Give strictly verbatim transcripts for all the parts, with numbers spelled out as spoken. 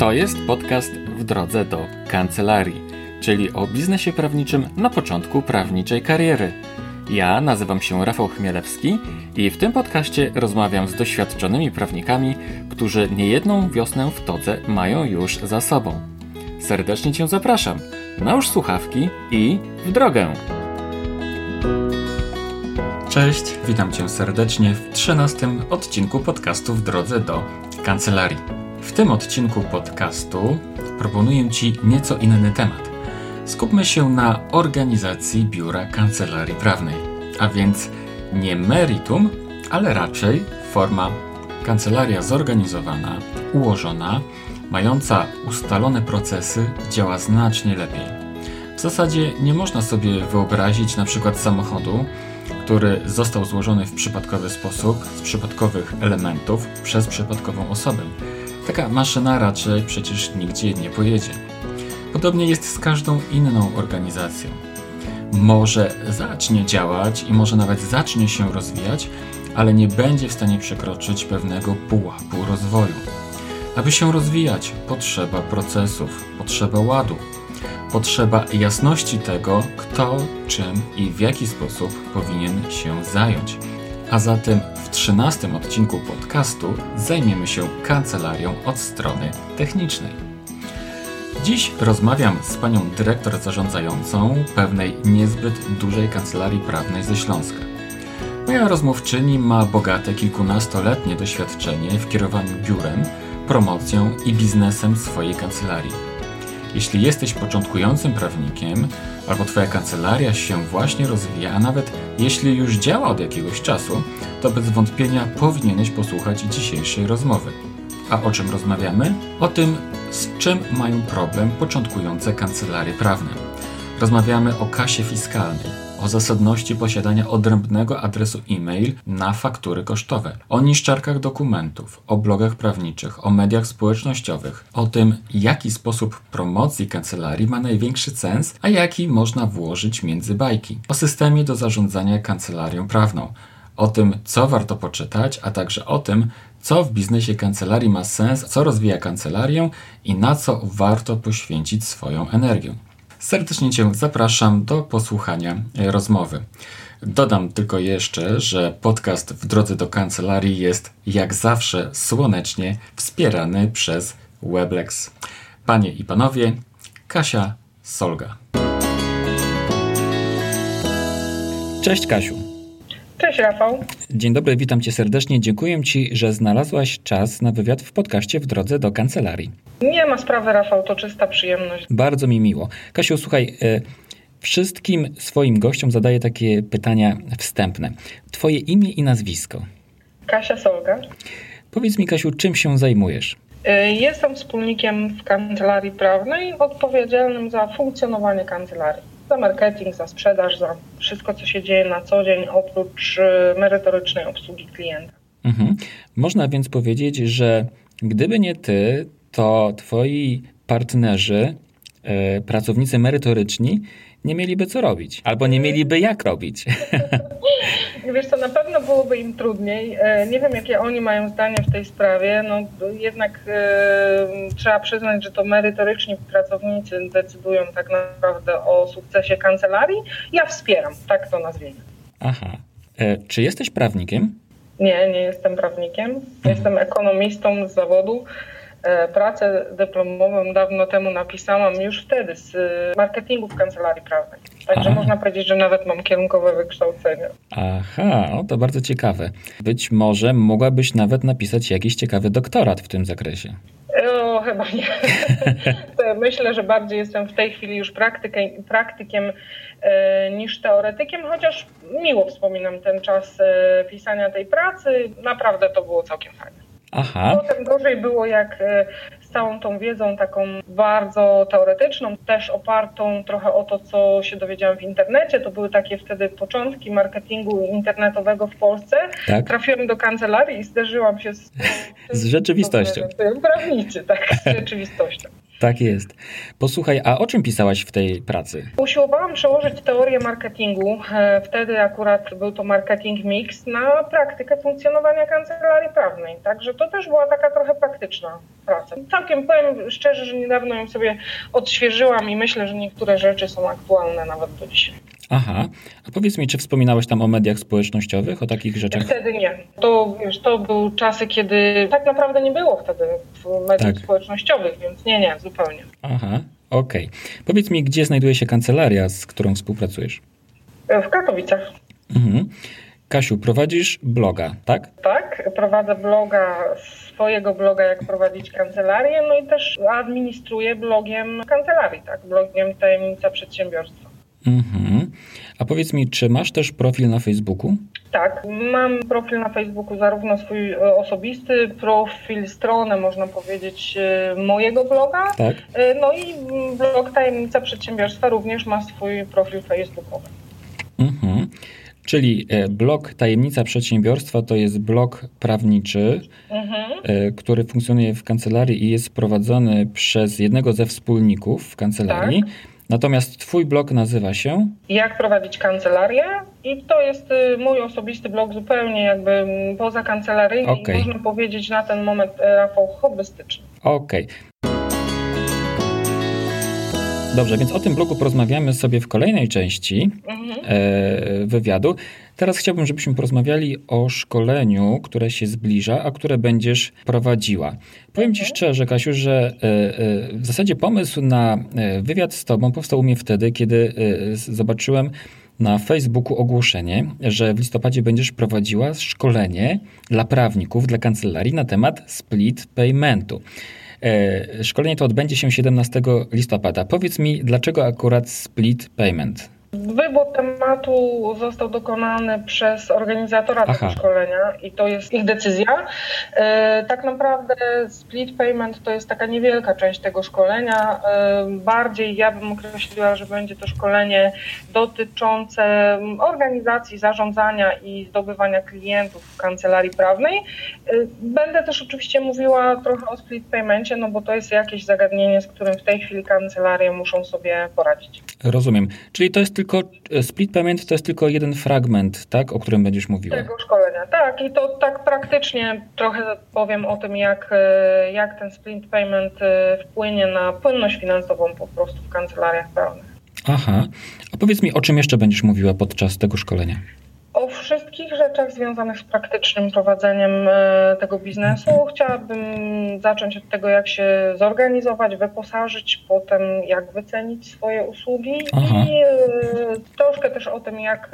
To jest podcast W drodze do kancelarii, czyli o biznesie prawniczym na początku prawniczej kariery. Ja nazywam się Rafał Chmielewski i w tym podcaście rozmawiam z doświadczonymi prawnikami, którzy niejedną wiosnę w todze mają już za sobą. Serdecznie Cię zapraszam. Nałóż słuchawki i w drogę! Cześć, witam Cię serdecznie w trzynastym odcinku podcastu W drodze do kancelarii. W tym odcinku podcastu proponuję Ci nieco inny temat. Skupmy się na organizacji biura kancelarii prawnej, a więc nie meritum, ale raczej forma kancelaria zorganizowana, ułożona, mająca ustalone procesy działa znacznie lepiej. W zasadzie nie można sobie wyobrazić na przykład samochodu, który został złożony w przypadkowy sposób, z przypadkowych elementów, przez przypadkową osobę. Taka maszyna raczej przecież nigdzie nie pojedzie. Podobnie jest z każdą inną organizacją. Może zacznie działać i może nawet zacznie się rozwijać, ale nie będzie w stanie przekroczyć pewnego pułapu rozwoju. Aby się rozwijać, potrzeba procesów, potrzeba ładu, potrzeba jasności tego, kto, czym i w jaki sposób powinien się zająć. A zatem w trzynastym odcinku podcastu zajmiemy się kancelarią od strony technicznej. Dziś rozmawiam z panią dyrektor zarządzającą pewnej niezbyt dużej kancelarii prawnej ze Śląska. Moja rozmówczyni ma bogate kilkunastoletnie doświadczenie w kierowaniu biurem, promocją i biznesem swojej kancelarii. Jeśli jesteś początkującym prawnikiem, albo twoja kancelaria się właśnie rozwija, a nawet jeśli już działa od jakiegoś czasu, to bez wątpienia powinieneś posłuchać dzisiejszej rozmowy. A o czym rozmawiamy? O tym, z czym mają problem początkujące kancelarie prawne. Rozmawiamy o kasie fiskalnej, o zasadności posiadania odrębnego adresu e-mail na faktury kosztowe, o niszczarkach dokumentów, o blogach prawniczych, o mediach społecznościowych, o tym, jaki sposób promocji kancelarii ma największy sens, a jaki można włożyć między bajki, o systemie do zarządzania kancelarią prawną, o tym, co warto poczytać, a także o tym, co w biznesie kancelarii ma sens, co rozwija kancelarię i na co warto poświęcić swoją energię. Serdecznie Cię zapraszam do posłuchania rozmowy. Dodam tylko jeszcze, że podcast W drodze do kancelarii jest jak zawsze słonecznie wspierany przez Weblex. Panie i panowie, Kasia Solga. Cześć Kasiu. Cześć Rafał. Dzień dobry, witam Cię serdecznie. Dziękuję Ci, że znalazłaś czas na wywiad w podcaście W drodze do kancelarii. Nie ma sprawy, Rafał, to czysta przyjemność. Bardzo mi miło. Kasiu, słuchaj, wszystkim swoim gościom zadaję takie pytania wstępne. Twoje imię i nazwisko? Kasia Solga. Powiedz mi, Kasiu, czym się zajmujesz? Jestem wspólnikiem w kancelarii prawnej, odpowiedzialnym za funkcjonowanie kancelarii. Za marketing, za sprzedaż, za wszystko, co się dzieje na co dzień, oprócz merytorycznej obsługi klienta. Mhm. Można więc powiedzieć, że gdyby nie ty, to twoi partnerzy, e, pracownicy merytoryczni nie mieliby co robić, albo nie mieliby jak robić. Wiesz co, na pewno byłoby im trudniej. Nie wiem, jakie oni mają zdanie w tej sprawie. No, jednak e, trzeba przyznać, że to merytoryczni pracownicy decydują tak naprawdę o sukcesie kancelarii. Ja wspieram, tak to nazwijmy. Aha. E, czy jesteś prawnikiem? Nie, nie jestem prawnikiem. Mhm. Jestem ekonomistą z zawodu. Pracę dyplomową dawno temu napisałam już wtedy z marketingu w kancelarii prawnej. Także Aha. można powiedzieć, że nawet mam kierunkowe wykształcenie. Aha, o, to bardzo ciekawe. Być może mogłabyś nawet napisać jakiś ciekawy doktorat w tym zakresie. O, chyba nie. Myślę, że bardziej jestem w tej chwili już praktykiem, praktykiem e, niż teoretykiem, chociaż miło wspominam ten czas e, pisania tej pracy. Naprawdę to było całkiem fajne. Aha. Potem gorzej było, jak z całą tą wiedzą taką bardzo teoretyczną, też opartą trochę o to, co się dowiedziałam w internecie. To były takie wtedy początki marketingu internetowego w Polsce. Tak. Trafiłam do kancelarii i zderzyłam się z, z rzeczywistością. Z prawnicy, tak, z rzeczywistością. Tak jest. Posłuchaj, a o czym pisałaś w tej pracy? Usiłowałam przełożyć teorię marketingu, wtedy akurat był to marketing mix, na praktykę funkcjonowania kancelarii prawnej. Także to też była taka trochę praktyczna praca. Całkiem powiem szczerze, że niedawno ją sobie odświeżyłam i myślę, że niektóre rzeczy są aktualne nawet do dzisiaj. Aha, a powiedz mi, czy wspominałeś tam o mediach społecznościowych, o takich rzeczach? Wtedy nie. To, wiesz, to były czasy, kiedy tak naprawdę nie było wtedy mediów Tak. społecznościowych, więc nie, nie, zupełnie. Aha, okej. Powiedz mi, gdzie znajduje się kancelaria, z którą współpracujesz? W Katowicach. Mhm. Kasiu, prowadzisz bloga, tak? Tak, prowadzę bloga, swojego bloga, jak prowadzić kancelarię, no i też administruję blogiem kancelarii, tak, blogiem Tajemnica Przedsiębiorstwa. Mhm. A powiedz mi, czy masz też profil na Facebooku? Tak, mam profil na Facebooku, zarówno swój osobisty profil, stronę, można powiedzieć, mojego bloga, Tak. No i blog Tajemnica Przedsiębiorstwa również ma swój profil facebookowy. Mhm. Czyli blog Tajemnica Przedsiębiorstwa to jest blog prawniczy, mhm. który funkcjonuje w kancelarii i jest prowadzony przez jednego ze wspólników w kancelarii. Tak. Natomiast twój blog nazywa się? Jak prowadzić kancelarię i to jest mój osobisty blog zupełnie jakby poza kancelarią, okay. Można powiedzieć na ten moment, Rafał, hobbystyczny. Okej. Okay. Dobrze, więc o tym blogu porozmawiamy sobie w kolejnej części mhm. e, wywiadu. Teraz chciałbym, żebyśmy porozmawiali o szkoleniu, które się zbliża, a które będziesz prowadziła. Powiem mhm. Ci szczerze, Kasiu, że e, e, w zasadzie pomysł na wywiad z Tobą powstał u mnie wtedy, kiedy e, zobaczyłem na Facebooku ogłoszenie, że w listopadzie będziesz prowadziła szkolenie dla prawników, dla kancelarii na temat split paymentu. Szkolenie to odbędzie się siedemnastego listopada. Powiedz mi, dlaczego akurat split payment? Wybór tematu został dokonany przez organizatora Aha. tego szkolenia i to jest ich decyzja. E, tak naprawdę split payment to jest taka niewielka część tego szkolenia. E, bardziej ja bym określiła, że będzie to szkolenie dotyczące organizacji, zarządzania i zdobywania klientów w kancelarii prawnej. E, będę też oczywiście mówiła trochę o split paymencie, no bo to jest jakieś zagadnienie, z którym w tej chwili kancelarie muszą sobie poradzić. Rozumiem. Czyli to jest tylko split payment to jest tylko jeden fragment, tak, o którym będziesz mówiła. Tego szkolenia, tak. I to tak praktycznie trochę powiem o tym, jak, jak ten split payment wpłynie na płynność finansową po prostu w kancelariach prawnych. Aha. A powiedz mi, o czym jeszcze będziesz mówiła podczas tego szkolenia? O wszystkich rzeczach związanych z praktycznym prowadzeniem tego biznesu. Chciałabym zacząć od tego, jak się zorganizować, wyposażyć, potem jak wycenić swoje usługi Aha. i troszkę też o tym, jak,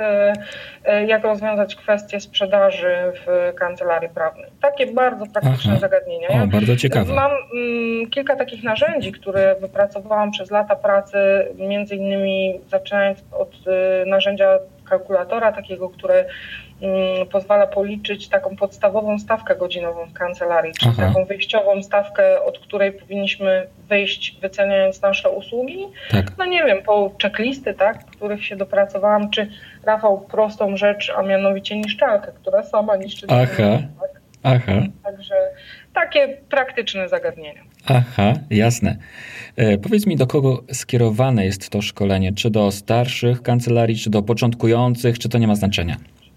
jak rozwiązać kwestie sprzedaży w kancelarii prawnej. Takie bardzo praktyczne Aha. zagadnienia. O, bardzo ciekawe. Mam mm, kilka takich narzędzi, które wypracowałam przez lata pracy, między innymi zaczynając od y, narzędzia kalkulatora takiego, który mm, pozwala policzyć taką podstawową stawkę godzinową w kancelarii, czyli Aha. taką wyjściową stawkę, od której powinniśmy wyjść, wyceniając nasze usługi. Tak. No nie wiem, po checklisty, tak, których się dopracowałam, czy Rafał prostą rzecz, a mianowicie niszczarkę, która sama niszczy. Aha. Tak? Aha. Także takie praktyczne zagadnienia. Aha, jasne. E, powiedz mi, do kogo skierowane jest to szkolenie? Czy do starszych kancelarii, czy do początkujących, czy to nie ma znaczenia?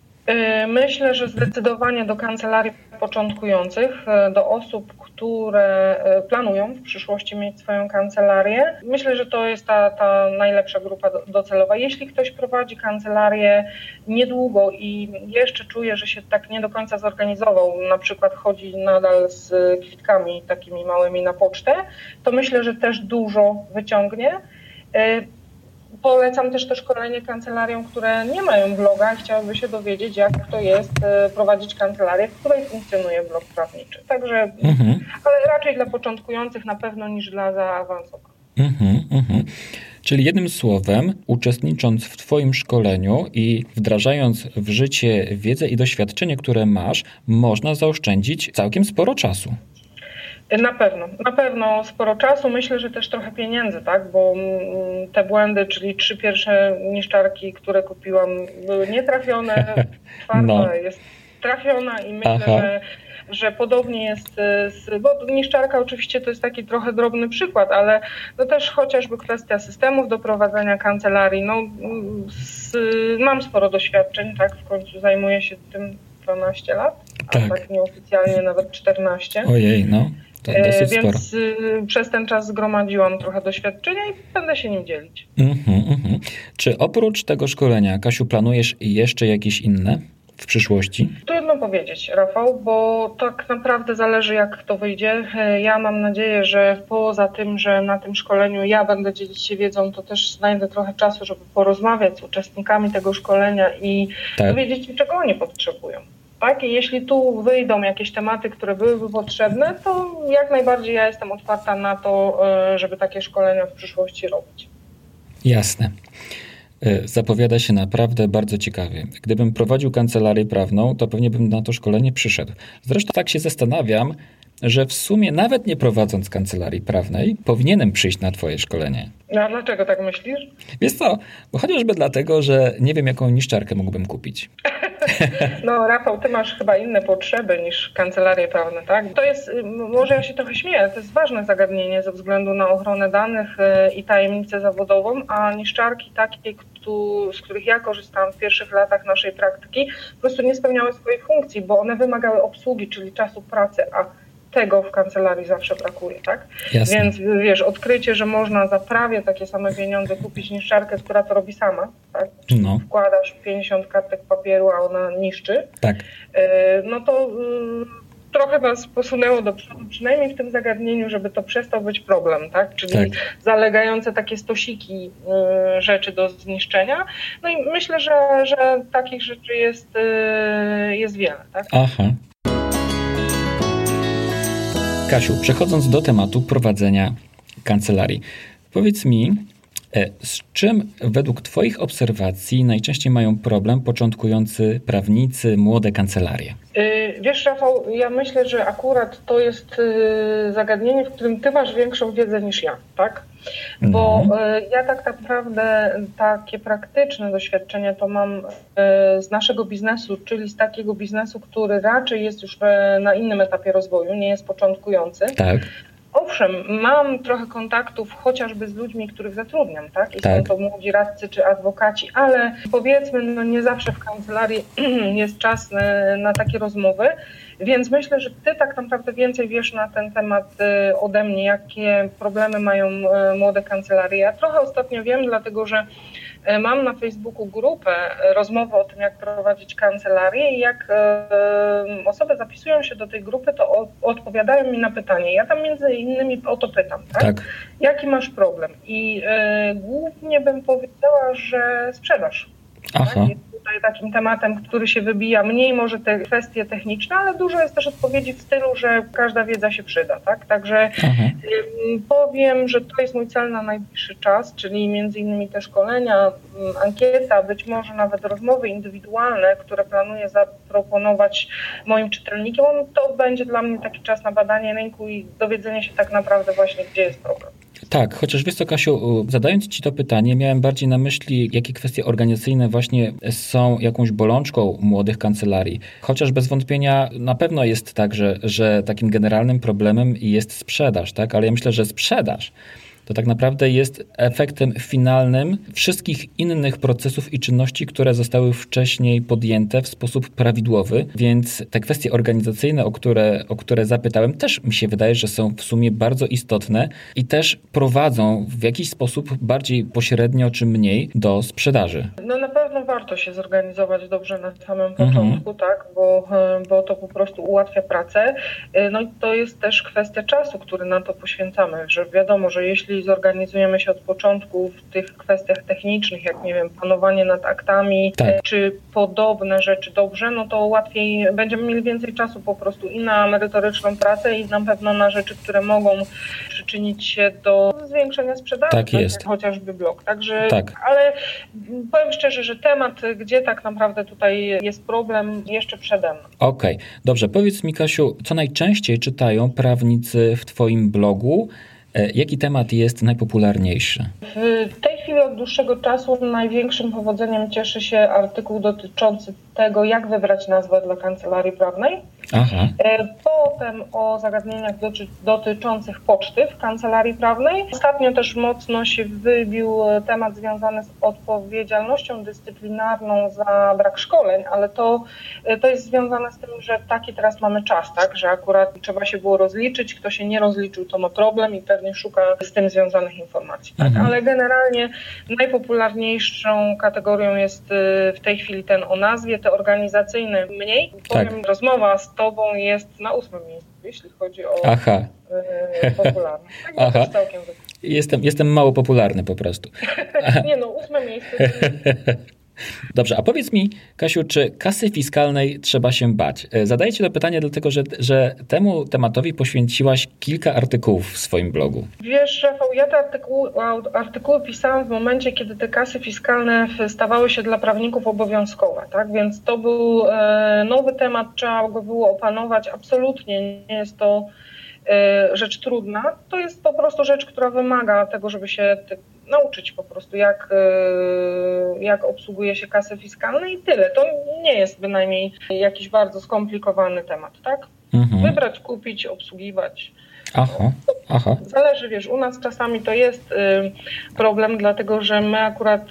Myślę, że zdecydowanie do kancelarii początkujących, do osób, które planują w przyszłości mieć swoją kancelarię. Myślę, że to jest ta, ta najlepsza grupa docelowa. Jeśli ktoś prowadzi kancelarię niedługo i jeszcze czuje, że się tak nie do końca zorganizował, na przykład chodzi nadal z kwitkami takimi małymi na pocztę, to myślę, że też dużo wyciągnie. Polecam też to szkolenie kancelariom, które nie mają bloga i chciałyby się dowiedzieć, jak to jest prowadzić kancelarię, w której funkcjonuje blog prawniczy. Także, mhm. ale raczej dla początkujących na pewno niż dla zaawansowanych. Mhm, mhm. Czyli jednym słowem, uczestnicząc w Twoim szkoleniu i wdrażając w życie wiedzę i doświadczenie, które masz, można zaoszczędzić całkiem sporo czasu. Na pewno, na pewno sporo czasu, myślę, że też trochę pieniędzy, tak, bo te błędy, czyli trzy pierwsze niszczarki, które kupiłam, były nietrafione, czwarta no. jest trafiona i myślę, Aha. że że podobnie jest z, bo niszczarka oczywiście to jest taki trochę drobny przykład, ale no też chociażby kwestia systemów do prowadzenia kancelarii. No, z, mam sporo doświadczeń, tak, w końcu zajmuję się tym dwanaście lat, tak. a tak nieoficjalnie nawet czternaście. Ojej, no. To dosyć Więc sporo. Przez ten czas zgromadziłam trochę doświadczenia i będę się nim dzielić. Mm-hmm, mm-hmm. Czy oprócz tego szkolenia, Kasiu, planujesz jeszcze jakieś inne w przyszłości? Trudno powiedzieć, Rafał, bo tak naprawdę zależy, jak to wyjdzie. Ja mam nadzieję, że poza tym, że na tym szkoleniu ja będę dzielić się wiedzą, to też znajdę trochę czasu, żeby porozmawiać z uczestnikami tego szkolenia i tak. dowiedzieć, czego oni potrzebują. Tak? I jeśli tu wyjdą jakieś tematy, które byłyby potrzebne, to jak najbardziej ja jestem otwarta na to, żeby takie szkolenia w przyszłości robić. Jasne. Zapowiada się naprawdę bardzo ciekawie. Gdybym prowadził kancelarię prawną, to pewnie bym na to szkolenie przyszedł. Zresztą tak się zastanawiam, że w sumie nawet nie prowadząc kancelarii prawnej, powinienem przyjść na twoje szkolenie. A dlaczego tak myślisz? Wiesz co, bo chociażby dlatego, że nie wiem, jaką niszczarkę mógłbym kupić. No Rafał, ty masz chyba inne potrzeby niż kancelarie prawne, tak? To jest, może ja się trochę śmieję, to jest ważne zagadnienie ze względu na ochronę danych i tajemnicę zawodową, a niszczarki takie, z których ja korzystałam w pierwszych latach naszej praktyki, po prostu nie spełniały swoich funkcji, bo one wymagały obsługi, czyli czasu pracy, a tego w kancelarii zawsze brakuje, tak? Jasne. Więc wiesz, odkrycie, że można za prawie takie same pieniądze kupić niszczarkę, która to robi sama, tak? Czyli no. wkładasz pięćdziesiąt kartek papieru, a ona niszczy, tak. no to trochę nas posunęło do przodu, przynajmniej w tym zagadnieniu, żeby to przestał być problem, tak? Czyli tak. zalegające takie stosiki rzeczy do zniszczenia. No i myślę, że, że takich rzeczy jest, jest wiele, tak? Aha. Kasiu, przechodząc do tematu prowadzenia kancelarii, powiedz mi, z czym według twoich obserwacji najczęściej mają problem początkujący prawnicy, młode kancelarie? Wiesz, Rafał, ja myślę, że akurat to jest zagadnienie, w którym ty masz większą wiedzę niż ja, tak? Bo no. ja tak naprawdę takie praktyczne doświadczenie to mam z naszego biznesu, czyli z takiego biznesu, który raczej jest już na innym etapie rozwoju, nie jest początkujący. Tak. Owszem, mam trochę kontaktów chociażby z ludźmi, których zatrudniam, tak? I tak. są to młodzi radcy czy adwokaci, ale powiedzmy, no nie zawsze w kancelarii jest czas na, na takie rozmowy, więc myślę, że ty tak naprawdę więcej wiesz na ten temat ode mnie, jakie problemy mają młode kancelarie. Ja trochę ostatnio wiem, dlatego że mam na Facebooku grupę rozmowy o tym, jak prowadzić kancelarię i jak osoby zapisują się do tej grupy, to odpowiadają mi na pytanie. Ja tam między innymi o to pytam, tak? tak. Jaki masz problem? I głównie bym powiedziała, że sprzedaż. Aha. Tak? Jest tutaj takim tematem, który się wybija mniej może te kwestie techniczne, ale dużo jest też odpowiedzi w stylu, że każda wiedza się przyda, tak? Także Aha. powiem, że to jest mój cel na najbliższy czas, czyli między innymi te szkolenia, ankieta, być może nawet rozmowy indywidualne, które planuję zaproponować moim czytelnikom. To będzie dla mnie taki czas na badanie rynku i dowiedzenie się tak naprawdę właśnie, gdzie jest problem. Tak, chociaż wiesz co, Kasiu, zadając ci to pytanie, miałem bardziej na myśli, jakie kwestie organizacyjne właśnie są jakąś bolączką młodych kancelarii. Chociaż bez wątpienia na pewno jest tak, że, że takim generalnym problemem jest sprzedaż, tak? Ale ja myślę, że sprzedaż to tak naprawdę jest efektem finalnym wszystkich innych procesów i czynności, które zostały wcześniej podjęte w sposób prawidłowy, więc te kwestie organizacyjne, o które, o które zapytałem, też mi się wydaje, że są w sumie bardzo istotne i też prowadzą w jakiś sposób bardziej pośrednio czy mniej do sprzedaży. No na pewno warto się zorganizować dobrze na samym początku, mhm. tak, bo, bo to po prostu ułatwia pracę. No i to jest też kwestia czasu, który na to poświęcamy, że wiadomo, że jeśli zorganizujemy się od początku w tych kwestiach technicznych, jak nie wiem, panowanie nad aktami, tak. czy podobne rzeczy dobrze, no to łatwiej, będziemy mieli więcej czasu po prostu i na merytoryczną pracę i na pewno na rzeczy, które mogą przyczynić się do zwiększenia sprzedaży, tak, tak jest. Jak chociażby blog. Także, tak. ale powiem szczerze, że temat, gdzie tak naprawdę tutaj jest problem, jeszcze przede mną. Okej, okay. Dobrze. Powiedz mi, Kasiu, co najczęściej czytają prawnicy w twoim blogu? Jaki temat jest najpopularniejszy? W tej chwili od dłuższego czasu największym powodzeniem cieszy się artykuł dotyczący tego, jak wybrać nazwę dla kancelarii prawnej. Aha. Potem o zagadnieniach doty- dotyczących poczty w kancelarii prawnej. Ostatnio też mocno się wybił temat związany z odpowiedzialnością dyscyplinarną za brak szkoleń, ale to, to jest związane z tym, że taki teraz mamy czas, tak, że akurat trzeba się było rozliczyć, kto się nie rozliczył, to ma problem i pewnie szuka z tym związanych informacji. Tak? Mhm. Ale generalnie najpopularniejszą kategorią jest w tej chwili ten o nazwie, te organizacyjne mniej. Tak. Powiem, rozmowa z Tobą jest na ósmym miejscu, jeśli chodzi o Aha. y, popularność. Tak, Aha. Jest całkiem jestem, jestem mało popularny po prostu. Nie no, ósme miejsce. Dobrze, a powiedz mi, Kasiu, czy kasy fiskalnej trzeba się bać? Zadaję ci to pytanie dlatego, że, że temu tematowi poświęciłaś kilka artykułów w swoim blogu. Wiesz, Rafał, ja te artykuły, artykuły pisałam w momencie, kiedy te kasy fiskalne stawały się dla prawników obowiązkowe, tak? Więc to był e, nowy temat, trzeba go było opanować. Absolutnie nie jest to e, rzecz trudna. To jest po prostu rzecz, która wymaga tego, żeby się te, nauczyć po prostu, jak, jak obsługuje się kasy fiskalne i tyle. To nie jest bynajmniej jakiś bardzo skomplikowany temat, tak? Mhm. Wybrać, kupić, obsługiwać. Aha, aha. Zależy, wiesz, u nas czasami to jest problem, dlatego że my akurat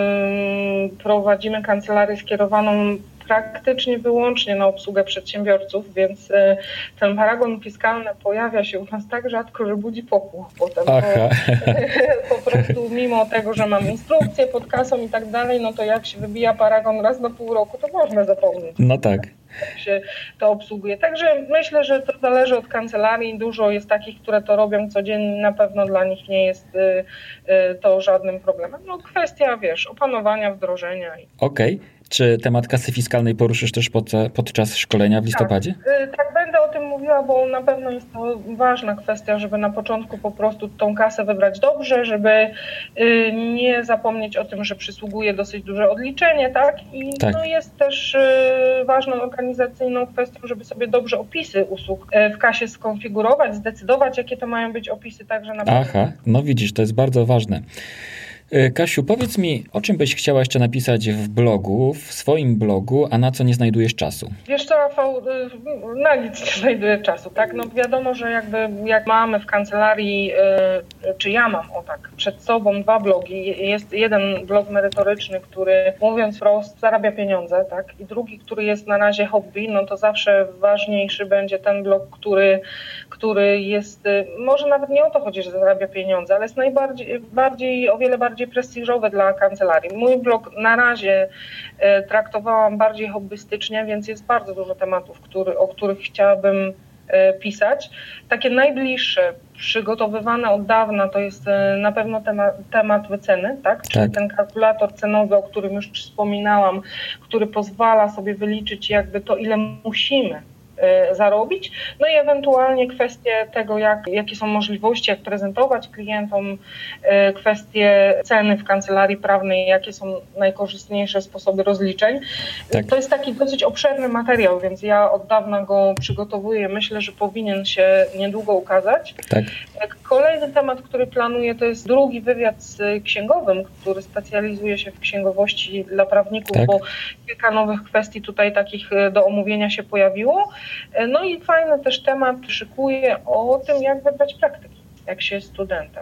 prowadzimy kancelarię skierowaną praktycznie wyłącznie na obsługę przedsiębiorców, więc ten paragon fiskalny pojawia się u nas tak rzadko, że budzi popłoch potem. Bo po prostu mimo tego, że mam instrukcję pod kasą i tak dalej, no to jak się wybija paragon raz na pół roku, to można zapomnieć. No tak. Jak się to obsługuje. Także myślę, że to zależy od kancelarii. Dużo jest takich, które to robią codziennie. Na pewno dla nich nie jest to żadnym problemem. No kwestia, wiesz, opanowania, wdrożenia. Okej. Okay. Czy temat kasy fiskalnej poruszysz też pod, podczas szkolenia w listopadzie? Tak, tak, będę o tym mówiła, bo na pewno jest to ważna kwestia, żeby na początku po prostu tą kasę wybrać dobrze, żeby nie zapomnieć o tym, że przysługuje dosyć duże odliczenie, tak? I tak. No jest też ważną organizacyjną kwestią, żeby sobie dobrze opisy usług w kasie skonfigurować, zdecydować, jakie to mają być opisy, także na pewno. Aha, no widzisz, to jest bardzo ważne. Kasiu, powiedz mi, o czym byś chciała jeszcze napisać w blogu, w swoim blogu, a na co nie znajdujesz czasu? Wiesz co, Rafał, na nic nie znajduję czasu, tak? No wiadomo, że jakby jak mamy w kancelarii, czy ja mam, o tak, przed sobą dwa blogi. Jest jeden blog merytoryczny, który, mówiąc wprost, zarabia pieniądze, tak? I drugi, który jest na razie hobby, no to zawsze ważniejszy będzie ten blog, który, który jest, może nawet nie o to chodzi, że zarabia pieniądze, ale jest najbardziej, bardziej, o wiele bardziej prestiżowe dla kancelarii. Mój blog na razie e, traktowałam bardziej hobbystycznie, więc jest bardzo dużo tematów, który, o których chciałabym e, pisać. Takie najbliższe, przygotowywane od dawna, to jest e, na pewno temat, temat wyceny, tak? Czyli tak. Ten kalkulator cenowy, o którym już wspominałam, który pozwala sobie wyliczyć jakby to, ile musimy zarobić, no i ewentualnie kwestie tego, jak, jakie są możliwości, jak prezentować klientom, kwestie ceny w kancelarii prawnej, jakie są najkorzystniejsze sposoby rozliczeń. Tak. To jest taki dosyć obszerny materiał, więc ja od dawna go przygotowuję. Myślę, że powinien się niedługo ukazać. Tak. Kolejny temat, który planuję, to jest drugi wywiad z księgowym, który specjalizuje się w księgowości dla prawników, tak. Bo kilka nowych kwestii tutaj takich do omówienia się pojawiło. No i fajny też temat szykuję o tym, jak wybrać praktyki, jak się jest studentem.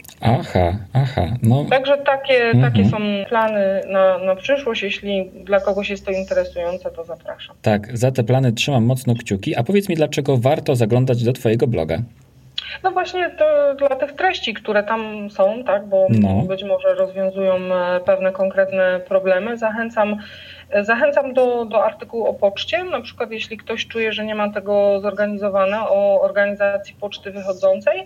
Aha, aha. No. Także takie, mhm. takie są plany na, na przyszłość. Jeśli dla kogoś jest to interesujące, to zapraszam. Tak, za te plany trzymam mocno kciuki. A powiedz mi, dlaczego warto zaglądać do twojego bloga? No właśnie to dla tych treści, które tam są, tak, bo no. być może rozwiązują pewne konkretne problemy. Zachęcam Zachęcam do, do artykułu o poczcie, na przykład jeśli ktoś czuje, że nie ma tego zorganizowane, o organizacji poczty wychodzącej.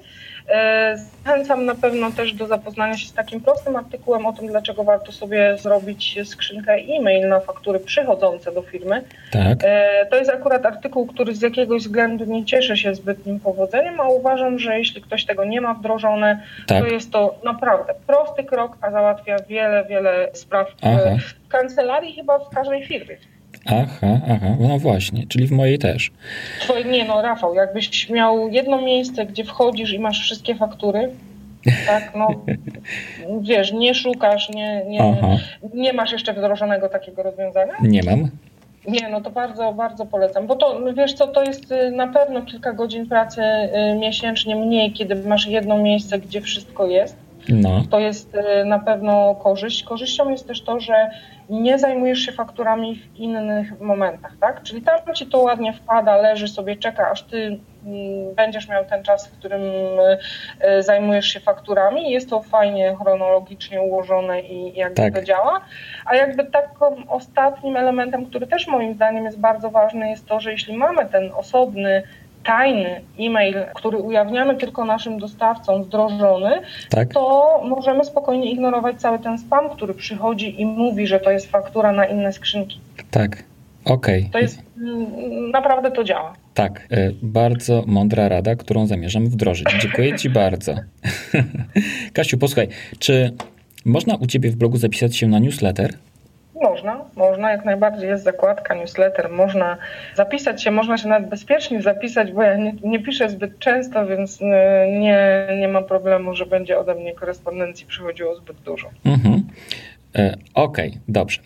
Zachęcam na pewno też do zapoznania się z takim prostym artykułem o tym, dlaczego warto sobie zrobić skrzynkę e-mail na faktury przychodzące do firmy. Tak. To jest akurat artykuł, który z jakiegoś względu nie cieszy się zbytnim powodzeniem, a uważam, że jeśli ktoś tego nie ma wdrożone, tak. To jest to naprawdę prosty krok, a załatwia wiele, wiele spraw Aha. w kancelarii, chyba w każdej firmie. Aha, aha, no właśnie, czyli w mojej też. Twoje, nie no, Rafał, jakbyś miał jedno miejsce, gdzie wchodzisz i masz wszystkie faktury, Tak, no wiesz, nie szukasz, nie, nie, nie masz jeszcze wdrożonego takiego rozwiązania? Nie mam. Nie, no to bardzo, bardzo polecam, bo to, wiesz co, to jest na pewno kilka godzin pracy miesięcznie mniej, kiedy masz jedno miejsce, gdzie wszystko jest. No. To jest na pewno korzyść. Korzyścią jest też to, że nie zajmujesz się fakturami w innych momentach, tak? Czyli tam ci to ładnie wpada, leży sobie, czeka, aż ty będziesz miał ten czas, w którym zajmujesz się fakturami. Jest to fajnie chronologicznie ułożone i jakby tak to działa. A jakby takim ostatnim elementem, który też moim zdaniem jest bardzo ważny, jest to, że jeśli mamy ten osobny tajny e-mail, który ujawniamy tylko naszym dostawcom, wdrożony, tak, to możemy spokojnie ignorować cały ten spam, który przychodzi i mówi, że to jest faktura na inne skrzynki. Tak, okej. Okay. To jest, naprawdę to działa. Tak, bardzo mądra rada, którą zamierzam wdrożyć. Dziękuję Ci bardzo. Kasiu, posłuchaj, czy można u Ciebie w blogu zapisać się na newsletter? Można, można, jak najbardziej jest zakładka newsletter, można zapisać się, można się nawet bezpiecznie zapisać, bo ja nie, nie piszę zbyt często, więc nie, nie mam problemu, że będzie ode mnie korespondencji przychodziło zbyt dużo. Mhm. E, Okej, okay, dobrze.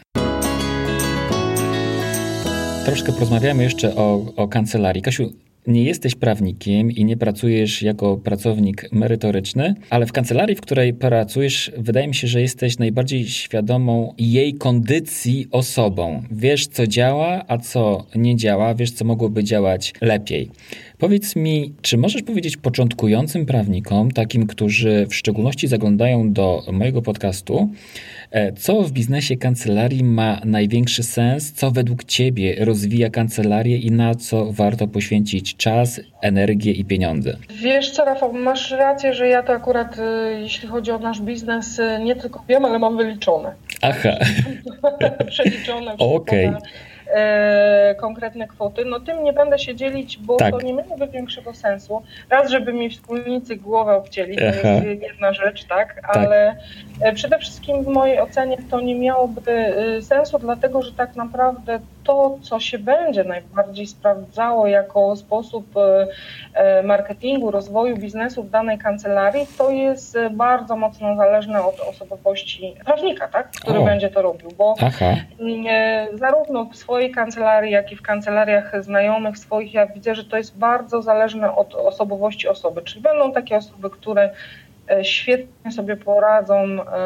Troszkę porozmawiamy jeszcze o, o kancelarii. Kasiu, nie jesteś prawnikiem i nie pracujesz jako pracownik merytoryczny, ale w kancelarii, w której pracujesz, wydaje mi się, że jesteś najbardziej świadomą jej kondycji osobą. Wiesz, co działa, a co nie działa, wiesz, co mogłoby działać lepiej. Powiedz mi, czy możesz powiedzieć początkującym prawnikom, takim, którzy w szczególności zaglądają do mojego podcastu, co w biznesie kancelarii ma największy sens, co według Ciebie rozwija kancelarię i na co warto poświęcić czas, energię i pieniądze? Wiesz co, Rafał, masz rację, że ja to akurat, jeśli chodzi o nasz biznes, nie tylko wiem, ale mam wyliczone. Aha. Przeliczone. Okej. Okay. E, konkretne kwoty, no tym nie będę się dzielić, bo tak, to nie miałoby większego sensu. Raz, żeby mi wspólnicy głowę obcięli, to Aha. jest jedna rzecz, tak, ale tak, przede wszystkim w mojej ocenie to nie miałoby sensu, dlatego że tak naprawdę to, co się będzie najbardziej sprawdzało jako sposób marketingu, rozwoju biznesu w danej kancelarii, to jest bardzo mocno zależne od osobowości prawnika, tak, który o. będzie to robił, bo Aha. zarówno w swojej kancelarii, jak i w kancelariach znajomych swoich, ja widzę, że to jest bardzo zależne od osobowości osoby, czyli będą takie osoby, które świetnie sobie poradzą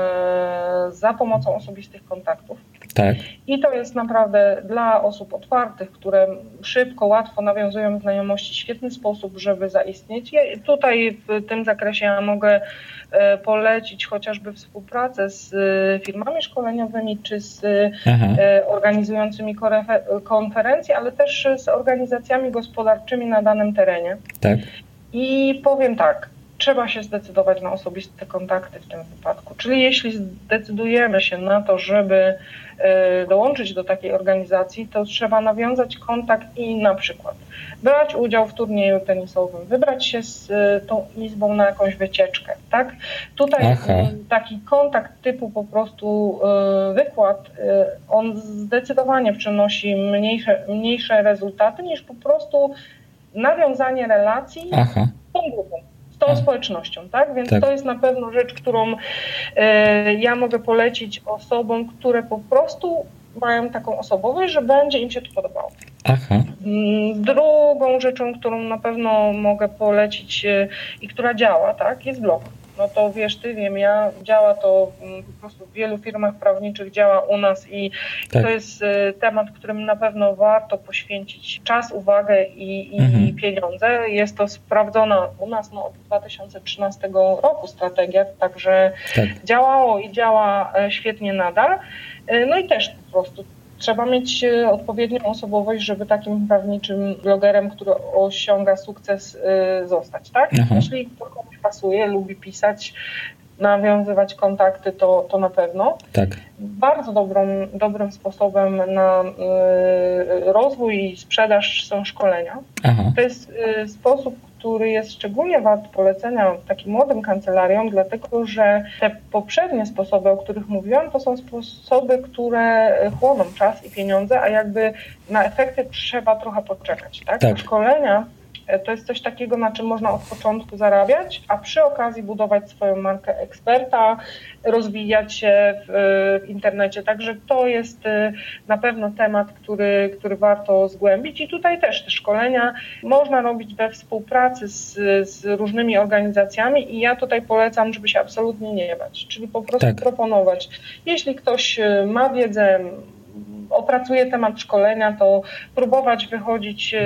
za pomocą osobistych kontaktów. Tak. I to jest naprawdę dla osób otwartych, które szybko, łatwo nawiązują znajomości, świetny sposób, żeby zaistnieć. Ja tutaj w tym zakresie ja mogę polecić chociażby współpracę z firmami szkoleniowymi czy z Aha. organizującymi konferencje, ale też z organizacjami gospodarczymi na danym terenie. Tak. I powiem tak, trzeba się zdecydować na osobiste kontakty w tym wypadku. Czyli jeśli zdecydujemy się na to, żeby dołączyć do takiej organizacji, to trzeba nawiązać kontakt i na przykład brać udział w turnieju tenisowym, wybrać się z tą izbą na jakąś wycieczkę, tak? Tutaj Aha. taki kontakt typu po prostu wykład, on zdecydowanie przynosi mniejsze, mniejsze rezultaty niż po prostu nawiązanie relacji Aha. z tą grupą. Z tą społecznością, tak? Więc tak. to jest na pewno rzecz, którą y, ja mogę polecić osobom, które po prostu mają taką osobowość, że będzie im się to podobało. Aha. Drugą rzeczą, którą na pewno mogę polecić y, i która działa, tak, jest blog. No to wiesz, ty wiem, ja działa to po prostu w wielu firmach prawniczych, działa u nas i, tak. i to jest y, temat, którym na pewno warto poświęcić czas, uwagę i, i mhm. pieniądze. Jest to sprawdzona u nas no, od dwa tysiące trzynastego roku strategia, także tak. działało i działa świetnie nadal. Y, no i też po prostu trzeba mieć odpowiednią osobowość, żeby takim prawniczym blogerem, który osiąga sukces, y, zostać, tak? Aha. Jeśli to komuś pasuje, lubi pisać, nawiązywać kontakty, to, to na pewno. Tak. Bardzo dobrą, dobrym sposobem na y, rozwój i sprzedaż są szkolenia. Aha. To jest y, sposób, który jest szczególnie wart polecenia takim młodym kancelariom, dlatego że te poprzednie sposoby, o których mówiłam, to są sposoby, które chłoną czas i pieniądze, a jakby na efekty trzeba trochę poczekać. Tak? Tak. Szkolenia To jest coś takiego, na czym można od początku zarabiać, a przy okazji budować swoją markę eksperta, rozwijać się w, w internecie. Także to jest na pewno temat, który, który warto zgłębić i tutaj też te szkolenia można robić we współpracy z, z różnymi organizacjami i ja tutaj polecam, żeby się absolutnie nie bać, czyli po prostu tak. proponować. Jeśli ktoś ma wiedzę, opracuje temat szkolenia, to próbować wychodzić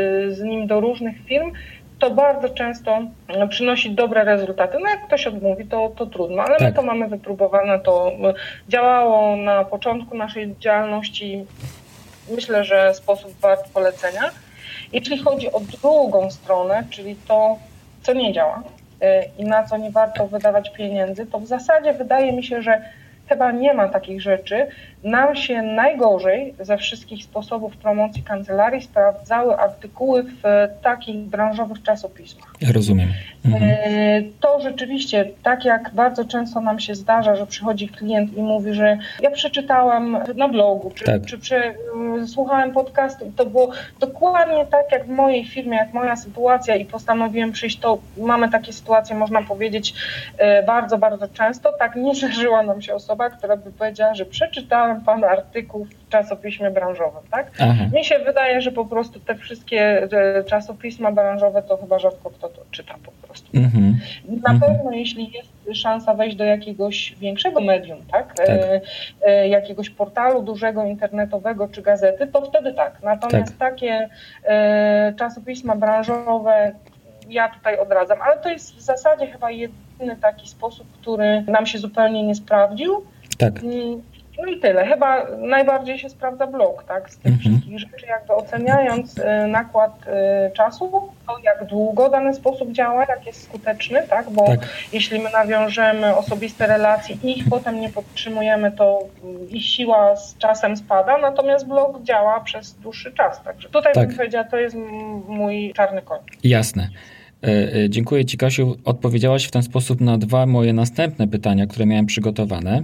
z nim do różnych firm, to bardzo często przynosi dobre rezultaty. No jak ktoś odmówi, to, to trudno, ale tak. my to mamy wypróbowane, to działało na początku naszej działalności, myślę, że sposób wart polecenia. Jeśli chodzi o drugą stronę, czyli to, co nie działa i na co nie warto wydawać pieniędzy, to w zasadzie wydaje mi się, że chyba nie ma takich rzeczy. Nam się najgorzej ze wszystkich sposobów promocji kancelarii sprawdzały artykuły w takich branżowych czasopismach. Rozumiem. Mhm. To rzeczywiście, tak jak bardzo często nam się zdarza, że przychodzi klient i mówi, że ja przeczytałam na blogu, czy, tak. czy prze, słuchałem podcastu i to było dokładnie tak jak w mojej firmie, jak moja sytuacja i postanowiłem przyjść, to mamy takie sytuacje, można powiedzieć, bardzo, bardzo często. Tak nie zdarzyła nam się osoba, która by powiedziała, że przeczytałem pan artykuł w czasopiśmie branżowym, tak? Aha. Mi się wydaje, że po prostu te wszystkie czasopisma branżowe to chyba rzadko kto to czyta po prostu. Mm-hmm. Na mm-hmm. pewno jeśli jest szansa wejść do jakiegoś większego medium, tak? tak. E, e, jakiegoś portalu dużego, internetowego czy gazety, to wtedy tak. Natomiast tak. takie e, czasopisma branżowe ja tutaj odradzam, ale to jest w zasadzie chyba jedyny taki sposób, który nam się zupełnie nie sprawdził. Tak. No i tyle. Chyba najbardziej się sprawdza blog, tak? Z tych mhm. wszystkich rzeczy, jakby oceniając y, nakład y, czasu, to jak długo dany sposób działa, jak jest skuteczny, tak? Bo tak. jeśli my nawiążemy osobiste relacje i ich potem nie podtrzymujemy, to y, ich siła z czasem spada, natomiast blog działa przez dłuższy czas. Także tutaj tak. bym powiedziała, to jest m- mój czarny koń. Jasne. E, dziękuję Ci, Kasiu. Odpowiedziałaś w ten sposób na dwa moje następne pytania, które miałem przygotowane.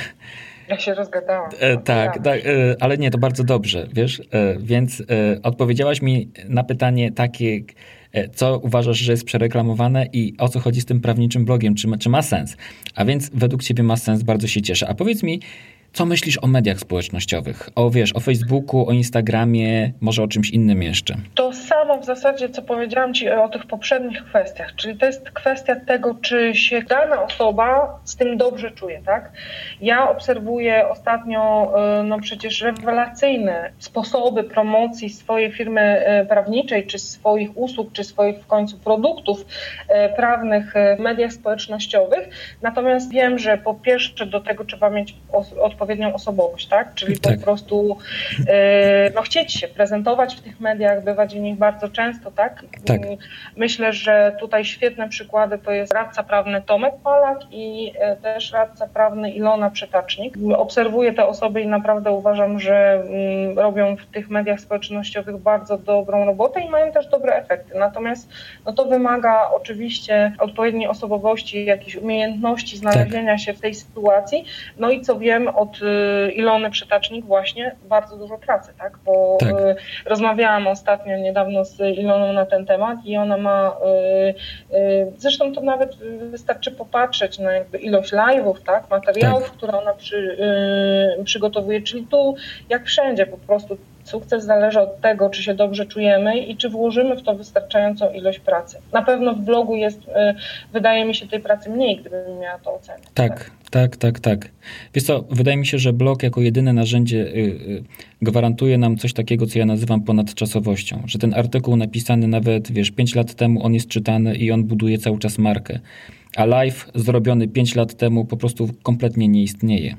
Ja się rozgadałam. E, tak, tak, e, ale nie, to bardzo dobrze, wiesz, e, więc e, odpowiedziałaś mi na pytanie takie, e, co uważasz, że jest przereklamowane i o co chodzi z tym prawniczym blogiem, czy ma, czy ma sens. A więc według Ciebie ma sens, bardzo się cieszę. A powiedz mi, co myślisz o mediach społecznościowych? O, wiesz, o Facebooku, o Instagramie, może o czymś innym jeszcze? To samo w zasadzie, co powiedziałam Ci o tych poprzednich kwestiach, czyli to jest kwestia tego, czy się dana osoba z tym dobrze czuje, tak? Ja obserwuję ostatnio no przecież rewelacyjne sposoby promocji swojej firmy prawniczej, czy swoich usług, czy swoich w końcu produktów prawnych w mediach społecznościowych, natomiast wiem, że po pierwsze do tego trzeba mieć od odpowiednią osobowość, tak? Czyli tak. po prostu e, no, chcieć się prezentować w tych mediach, bywać w nich bardzo często, tak? tak? Myślę, że tutaj świetne przykłady to jest radca prawny Tomek Palak i e, też radca prawny Ilona Przetacznik. Obserwuję te osoby i naprawdę uważam, że m, robią w tych mediach społecznościowych bardzo dobrą robotę i mają też dobre efekty. Natomiast no, to wymaga oczywiście odpowiedniej osobowości, jakiejś umiejętności znalezienia tak. się w tej sytuacji. No i co wiem od Ilony Przetacznik właśnie bardzo dużo pracy, tak? Bo tak. rozmawiałam ostatnio niedawno z Iloną na ten temat i ona ma, zresztą to nawet wystarczy popatrzeć na jakby ilość live'ów, tak? Materiałów, tak. które ona przy, przygotowuje, czyli tu jak wszędzie po prostu sukces zależy od tego, czy się dobrze czujemy i czy włożymy w to wystarczającą ilość pracy. Na pewno w blogu jest, wydaje mi się, tej pracy mniej, gdybym miała to ocenić. Tak, tak, tak, tak. Wiesz co, wydaje mi się, że blog jako jedyne narzędzie gwarantuje nam coś takiego, co ja nazywam ponadczasowością. Że ten artykuł napisany nawet, wiesz, pięć lat temu, on jest czytany i on buduje cały czas markę. A live zrobiony pięć lat temu po prostu kompletnie nie istnieje.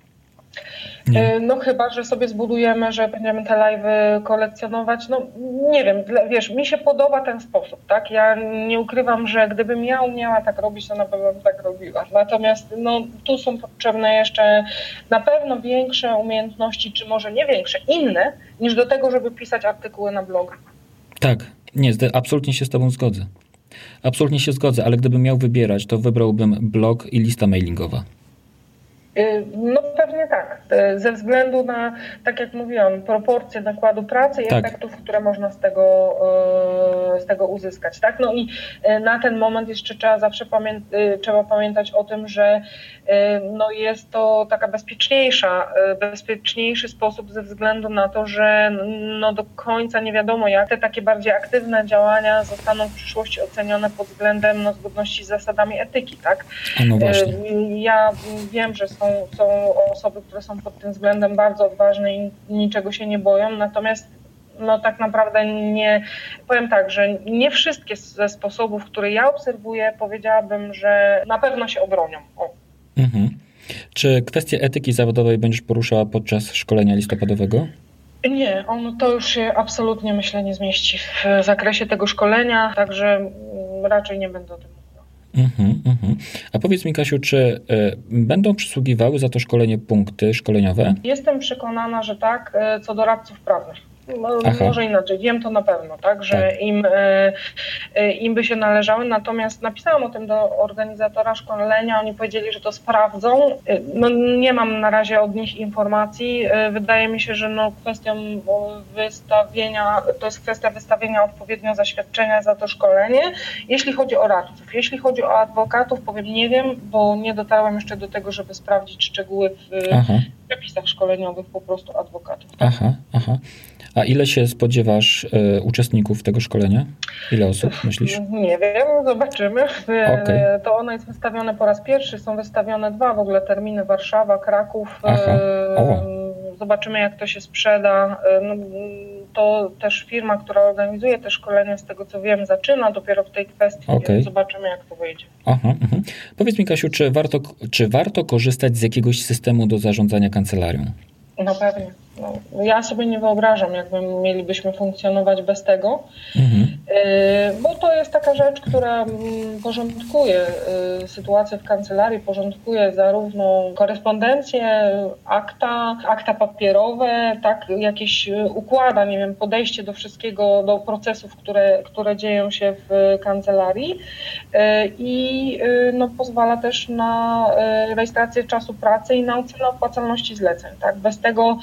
Nie. No chyba, że sobie zbudujemy, że będziemy te live'y kolekcjonować. No nie wiem, wiesz, mi się podoba ten sposób, tak? Ja nie ukrywam, że gdybym ja umiała tak robić, to na pewno bym tak robiła. Natomiast no, tu są potrzebne jeszcze na pewno większe umiejętności, czy może nie większe, inne, niż do tego, żeby pisać artykuły na bloga. Tak, nie, absolutnie się z Tobą zgodzę. Absolutnie się zgodzę, ale gdybym miał wybierać, to wybrałbym blog i lista mailingowa. No pewnie tak. Ze względu na, tak jak mówiłam, proporcje nakładu pracy i tak. efektów, które można z tego, z tego uzyskać. Tak? No i na ten moment jeszcze trzeba zawsze pamię- trzeba pamiętać o tym, że no jest to taka bezpieczniejsza, bezpieczniejszy sposób ze względu na to, że no do końca nie wiadomo, jak te takie bardziej aktywne działania zostaną w przyszłości ocenione pod względem no, zgodności z zasadami etyki. Tak? No właśnie. Ja wiem, że są, są osoby, które są pod tym względem bardzo odważne i niczego się nie boją, natomiast no tak naprawdę nie, powiem tak, że nie wszystkie ze sposobów, które ja obserwuję, powiedziałabym, że na pewno się obronią. O. Mhm. Czy kwestię etyki zawodowej będziesz poruszała podczas szkolenia listopadowego? Nie, on to już się absolutnie, myślę, nie zmieści w zakresie tego szkolenia, także raczej nie będę o tym mówiła. Mhm, mhm. A powiedz mi, Kasiu, czy y, będą przysługiwały za to szkolenie punkty szkoleniowe? Jestem przekonana, że tak, co do radców prawnych. No, może inaczej, wiem to na pewno, tak, że tak. Im, im by się należały, natomiast napisałam o tym do organizatora szkolenia, oni powiedzieli, że to sprawdzą. No, nie mam na razie od nich informacji. Wydaje mi się, że no, kwestią wystawienia, to jest kwestia wystawienia odpowiednio zaświadczenia za to szkolenie. Jeśli chodzi o radców, jeśli chodzi o adwokatów, powiem nie wiem, bo nie dotarłam jeszcze do tego, żeby sprawdzić szczegóły w aha. przepisach szkoleniowych po prostu adwokatów. Tak? Aha, aha. A ile się spodziewasz y, uczestników tego szkolenia? Ile osób myślisz? Nie wiem, zobaczymy. Okay. To ono jest wystawione po raz pierwszy, są wystawione dwa w ogóle terminy, Warszawa, Kraków. Aha. O. Zobaczymy, jak to się sprzeda. No, to też firma, która organizuje te szkolenia, z tego co wiem, zaczyna dopiero w tej kwestii, okay. Więc zobaczymy, jak to wyjdzie. Aha, aha. Powiedz mi, Kasiu, czy warto, czy warto korzystać z jakiegoś systemu do zarządzania kancelarią? No pewnie. No, ja sobie nie wyobrażam, jakby mielibyśmy funkcjonować bez tego, mhm. bo to jest taka rzecz, która porządkuje sytuację w kancelarii, porządkuje zarówno korespondencję, akta, akta papierowe, tak, jakieś układa, nie wiem, podejście do wszystkiego, do procesów, które, które dzieją się w kancelarii i no, pozwala też na rejestrację czasu pracy i na ocenę opłacalności zleceń. Tak? Bez tego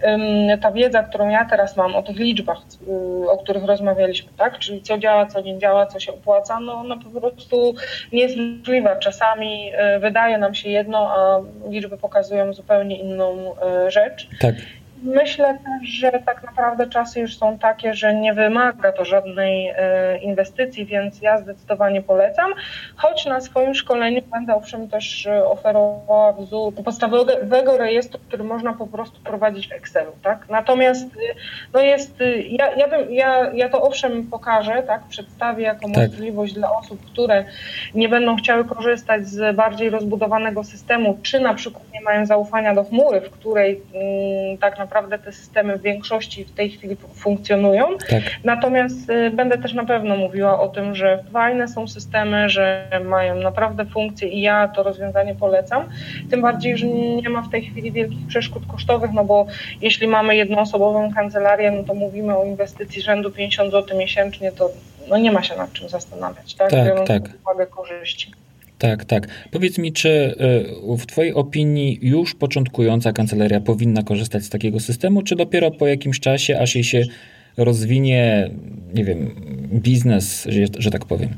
ta wiedza, którą ja teraz mam o tych liczbach, o których rozmawialiśmy, tak, czyli co działa, co nie działa, co się opłaca, no ona po prostu nie jest możliwa. Czasami wydaje nam się jedno, a liczby pokazują zupełnie inną rzecz. Tak. Myślę też, że tak naprawdę czasy już są takie, że nie wymaga to żadnej e, inwestycji, więc ja zdecydowanie polecam, choć na swoim szkoleniu będę owszem też oferowała wzór podstawowego rejestru, który można po prostu prowadzić w Excelu, tak? Natomiast no jest, ja, ja, bym, ja, ja to owszem pokażę, tak? Przedstawię jako tak. możliwość dla osób, które nie będą chciały korzystać z bardziej rozbudowanego systemu, czy na przykład nie mają zaufania do chmury, w której mm, tak naprawdę naprawdę te systemy w większości w tej chwili funkcjonują. Tak. Natomiast y, będę też na pewno mówiła o tym, że fajne są systemy, że mają naprawdę funkcje i ja to rozwiązanie polecam. Tym bardziej, że nie ma w tej chwili wielkich przeszkód kosztowych, no bo jeśli mamy jednoosobową kancelarię, no to mówimy o inwestycji rzędu pięćdziesiąt złotych miesięcznie, to no nie ma się nad czym zastanawiać, tak? Tak, biorąc tak. pod uwagę korzyści. Tak, tak. Powiedz mi, czy w Twojej opinii już początkująca kancelaria powinna korzystać z takiego systemu, czy dopiero po jakimś czasie, aż jej się rozwinie, nie wiem, biznes, że, że tak powiem?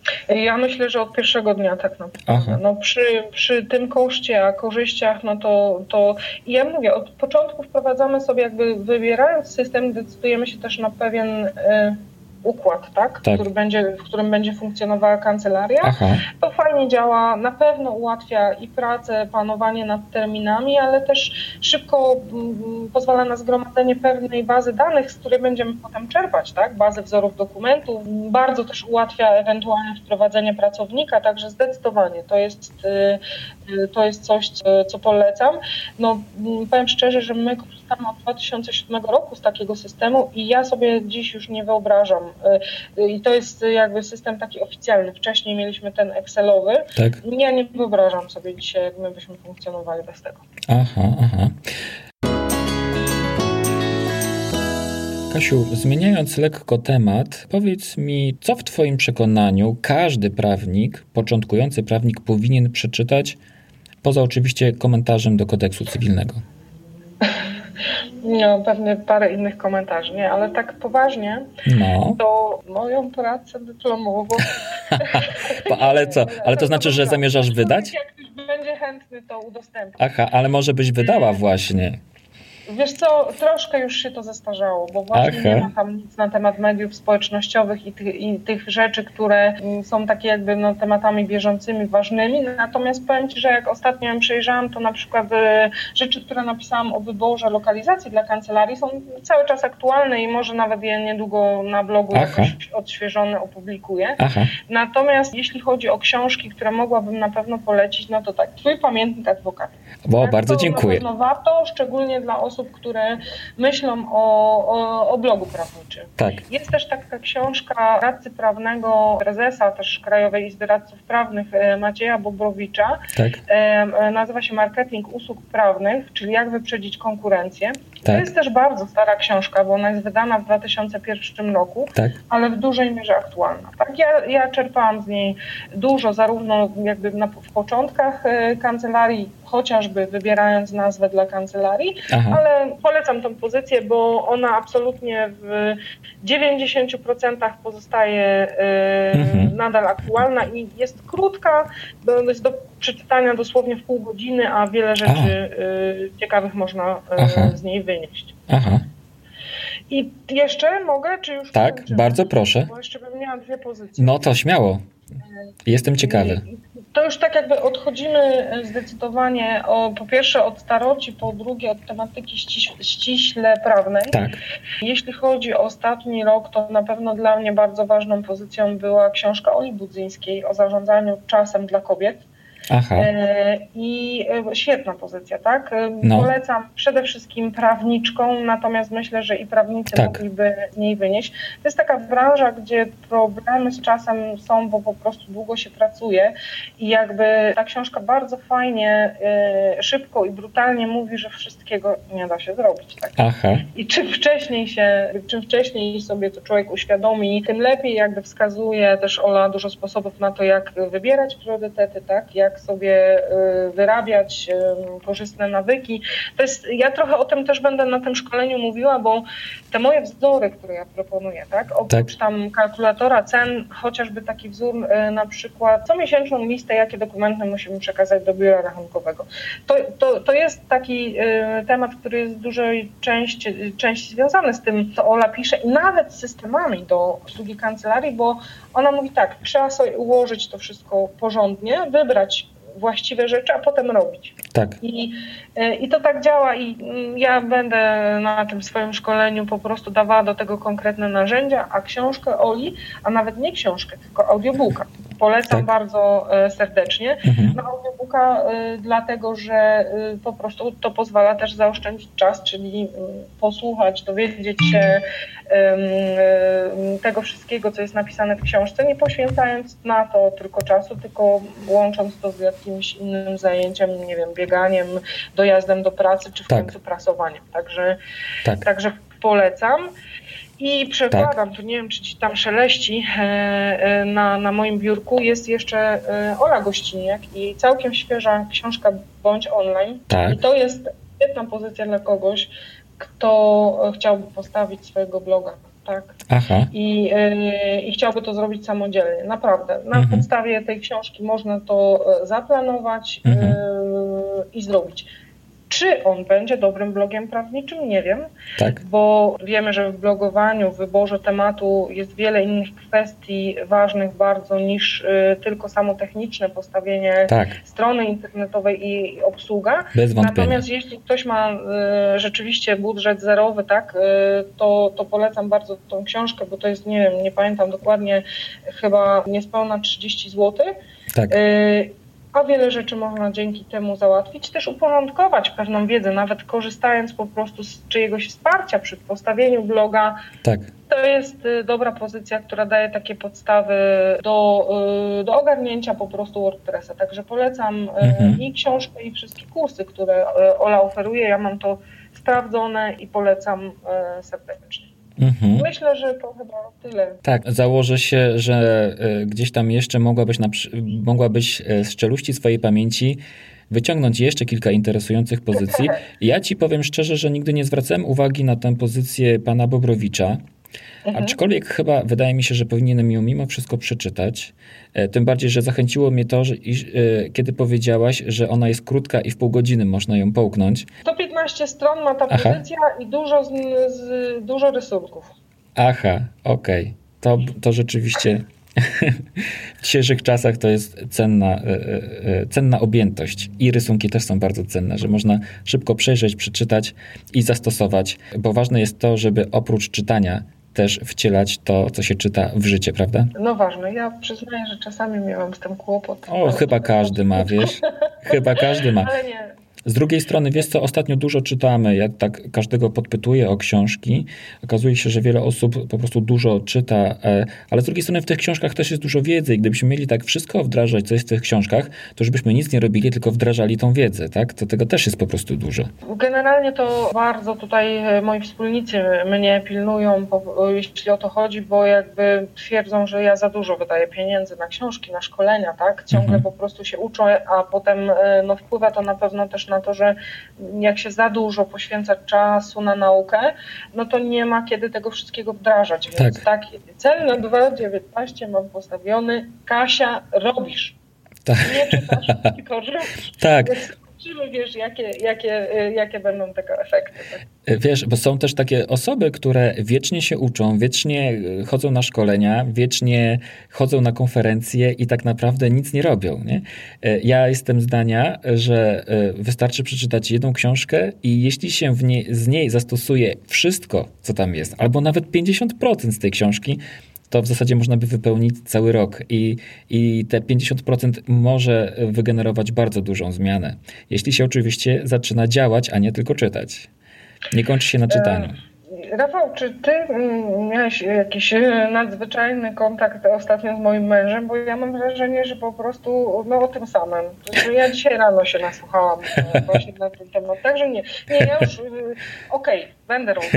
Ja myślę, że od pierwszego dnia tak naprawdę. No przy, przy tym koszcie, a korzyściach, no to, to ja mówię, od początku wprowadzamy sobie jakby, wybierając system, decydujemy się też na pewien... Y- układ, tak? Tak. Który będzie, w którym będzie funkcjonowała kancelaria. Aha. To fajnie działa, na pewno ułatwia i pracę, panowanie nad terminami, ale też szybko m, pozwala na zgromadzenie pewnej bazy danych, z której będziemy potem czerpać, tak? Bazę wzorów dokumentów. Bardzo też ułatwia ewentualne wprowadzenie pracownika, także zdecydowanie to jest, y, to jest coś, co, co polecam. No, powiem szczerze, że my korzystamy od dwa tysiące siódmego roku z takiego systemu i ja sobie dziś już nie wyobrażam. I to jest jakby system taki oficjalny. Wcześniej mieliśmy ten Excelowy. Tak. Ja nie wyobrażam sobie dzisiaj, jak my byśmy funkcjonowali bez tego. Aha, aha. Kasiu, zmieniając lekko temat, powiedz mi, co w Twoim przekonaniu każdy prawnik, początkujący prawnik powinien przeczytać Poza oczywiście komentarzem do kodeksu cywilnego. No, pewnie parę innych komentarzy, nie? Ale tak poważnie, no. to moją pracę dyplomową... ale co? Ale to znaczy, że zamierzasz wydać? Jak ktoś będzie chętny, to udostępnię. Aha, ale może byś wydała właśnie. Wiesz co, troszkę już się to zestarzało, bo właśnie Aha. nie ma tam nic na temat mediów społecznościowych i, ty, i tych rzeczy, które są takie jakby no, tematami bieżącymi, ważnymi. Natomiast powiem Ci, że jak ostatnio ją przejrzałam, to na przykład e, rzeczy, które napisałam o wyborze lokalizacji dla kancelarii są cały czas aktualne i może nawet je niedługo na blogu Aha. jakoś odświeżone opublikuję. Aha. Natomiast jeśli chodzi o książki, które mogłabym na pewno polecić, no to tak, Twój pamiętnik adwokata. Bo tak, bardzo dziękuję. Na pewno warto, szczególnie dla osób, osób, które myślą o, o, o blogu prawniczym. Tak. Jest też taka książka radcy prawnego, prezesa też Krajowej Izby Radców Prawnych Macieja Bobrowicza. Tak. E, nazywa się Marketing usług prawnych, czyli jak wyprzedzić konkurencję. Tak. To jest też bardzo stara książka, bo ona jest wydana w dwa tysiące pierwszym roku, tak. ale w dużej mierze aktualna. Tak, ja, ja czerpałam z niej dużo, zarówno jakby na, w początkach e, kancelarii, chociażby wybierając nazwę dla kancelarii, Aha. ale polecam tą pozycję, bo ona absolutnie w dziewięćdziesięciu procentach pozostaje e, mhm. nadal aktualna i jest krótka, jest do przeczytania dosłownie w pół godziny, a wiele rzeczy e, ciekawych można e, z niej wynieść. Aha. I jeszcze mogę, czy już... Tak, czy bardzo proszę. Bo jeszcze bym miała dwie pozycje. No to śmiało. Jestem ciekawy. To już tak jakby odchodzimy zdecydowanie o, po pierwsze od staroci, po drugie od tematyki ściś, ściśle prawnej. Tak. Jeśli chodzi o ostatni rok, to na pewno dla mnie bardzo ważną pozycją była książka Oli Budzyńskiej o zarządzaniu czasem dla kobiet. Aha. I świetna pozycja, tak? No. Polecam przede wszystkim prawniczką, natomiast myślę, że i prawnicy tak. mogliby z niej wynieść. To jest taka branża, gdzie problemy z czasem są, bo po prostu długo się pracuje i jakby ta książka bardzo fajnie, szybko i brutalnie mówi, że wszystkiego nie da się zrobić. Tak? Aha. I czym wcześniej się, czym wcześniej sobie to człowiek uświadomi, tym lepiej jakby wskazuje też Ola dużo sposobów na to, jak wybierać priorytety, tak? Jak sobie wyrabiać korzystne nawyki. To jest, ja trochę o tym też będę na tym szkoleniu mówiła, bo te moje wzory, które ja proponuję, tak, oprócz tak. tam kalkulatora cen, chociażby taki wzór na przykład comiesięczną listę, jakie dokumenty musimy przekazać do biura rachunkowego. To, to, to jest taki temat, który jest w dużej części, części związany z tym, co Ola pisze i nawet z systemami do obsługi kancelarii, bo ona mówi tak, trzeba sobie ułożyć to wszystko porządnie, wybrać właściwe rzeczy, a potem robić. Tak. I, I to tak działa i ja będę na tym swoim szkoleniu po prostu dawała do tego konkretne narzędzia, a książkę Oli, a nawet nie książkę, tylko audiobooka. Polecam tak. bardzo serdecznie. Mhm. Na audiobooka dlatego, że po prostu to pozwala też zaoszczędzić czas, czyli posłuchać, dowiedzieć się tego wszystkiego, co jest napisane w książce, nie poświęcając na to tylko czasu, tylko łącząc to z jakimś innym zajęciem, nie wiem, bieganiem, dojazdem do pracy, czy w tak. końcu prasowaniem. Także, tak. także polecam. I przekładam, tak. tu nie wiem, czy ci tam szeleści, na, na moim biurku jest jeszcze Ola Gościniak i całkiem świeża książka Bądź online. Tak. I to jest świetna pozycja dla kogoś, kto chciałby postawić swojego bloga. Tak. Aha. I, yy, i chciałby to zrobić samodzielnie. Naprawdę. Na mhm. podstawie tej książki można to zaplanować mhm. yy, i zrobić. Czy on będzie dobrym blogiem prawniczym? Nie wiem, tak. bo wiemy, że w blogowaniu, w wyborze tematu jest wiele innych kwestii ważnych bardzo niż y, tylko samo techniczne postawienie tak. strony internetowej i obsługa. Bez wątpienia. Natomiast jeśli ktoś ma y, rzeczywiście budżet zerowy, tak, y, to, to polecam bardzo tą książkę, bo to jest, nie wiem, nie pamiętam dokładnie, chyba niespełna trzydzieści złotych. Tak. Y, A wiele rzeczy można dzięki temu załatwić, też uporządkować pewną wiedzę, nawet korzystając po prostu z czyjegoś wsparcia przy postawieniu bloga. Tak. To jest dobra pozycja, która daje takie podstawy do, do ogarnięcia po prostu WordPressa. Także polecam mhm. i książkę, i wszystkie kursy, które Ola oferuje. Ja mam to sprawdzone i polecam serdecznie. Mhm. Myślę, że to chyba tyle. Tak, założę się, że gdzieś tam jeszcze mogłabyś, na, mogłabyś z czeluści swojej pamięci wyciągnąć jeszcze kilka interesujących pozycji. Ja ci powiem szczerze, że nigdy nie zwracałem uwagi na tę pozycję pana Bobrowicza. Mhm. Aczkolwiek chyba wydaje mi się, że powinienem ją mimo wszystko przeczytać. Tym bardziej, że zachęciło mnie to, że, kiedy powiedziałaś, że ona jest krótka i w pół godziny można ją połknąć. sto piętnaście stron ma ta Aha. pozycja i dużo, z, z, dużo rysunków. Aha, okej. Okay. To, to rzeczywiście w dzisiejszych czasach to jest cenna, cenna objętość. I rysunki też są bardzo cenne, że można szybko przejrzeć, przeczytać i zastosować, bo ważne jest to, żeby oprócz czytania też wcielać to, co się czyta w życie, prawda? No ważne. Ja przyznaję, że czasami miałam z tym kłopot. O, chyba każdy ma, wiesz? Chyba każdy ma. Ale nie. Z drugiej strony, wiesz co, ostatnio dużo czytamy, ja tak każdego podpytuję o książki. Okazuje się, że wiele osób po prostu dużo czyta, ale z drugiej strony w tych książkach też jest dużo wiedzy i gdybyśmy mieli tak wszystko wdrażać, co jest w tych książkach, to żebyśmy nic nie robili, tylko wdrażali tą wiedzę, tak? To tego też jest po prostu dużo. Generalnie to bardzo tutaj moi wspólnicy mnie pilnują, jeśli o to chodzi, bo jakby twierdzą, że ja za dużo wydaję pieniędzy na książki, na szkolenia, tak? Ciągle mhm. po prostu się uczę, a potem no, wpływa to na pewno też na to, że jak się za dużo poświęca czasu na naukę, no to nie ma kiedy tego wszystkiego wdrażać. Więc tak, tak cel na dwa tysiące dziewiętnaście mam postawiony. Kasia, robisz. Tak. Nie czytasz, tylko robisz. Tak. Zobaczymy, wiesz, jakie, jakie, jakie będą tego efekty. Tak? Wiesz, bo są też takie osoby, które wiecznie się uczą, wiecznie chodzą na szkolenia, wiecznie chodzą na konferencje i tak naprawdę nic nie robią. Nie? Ja jestem zdania, że wystarczy przeczytać jedną książkę i jeśli się w nie, z niej zastosuje wszystko, co tam jest, albo nawet pięćdziesiąt procent z tej książki, to w zasadzie można by wypełnić cały rok i, i te pięćdziesiąt procent może wygenerować bardzo dużą zmianę. Jeśli się oczywiście zaczyna działać, a nie tylko czytać. Nie kończy się na czytaniu. Rafał, czy ty miałeś jakiś nadzwyczajny kontakt ostatnio z moim mężem? Bo ja mam wrażenie, że po prostu no, o tym samym. Że ja dzisiaj rano się nasłuchałam właśnie na ten temat. Także nie, nie ja już okej, okay, będę robić.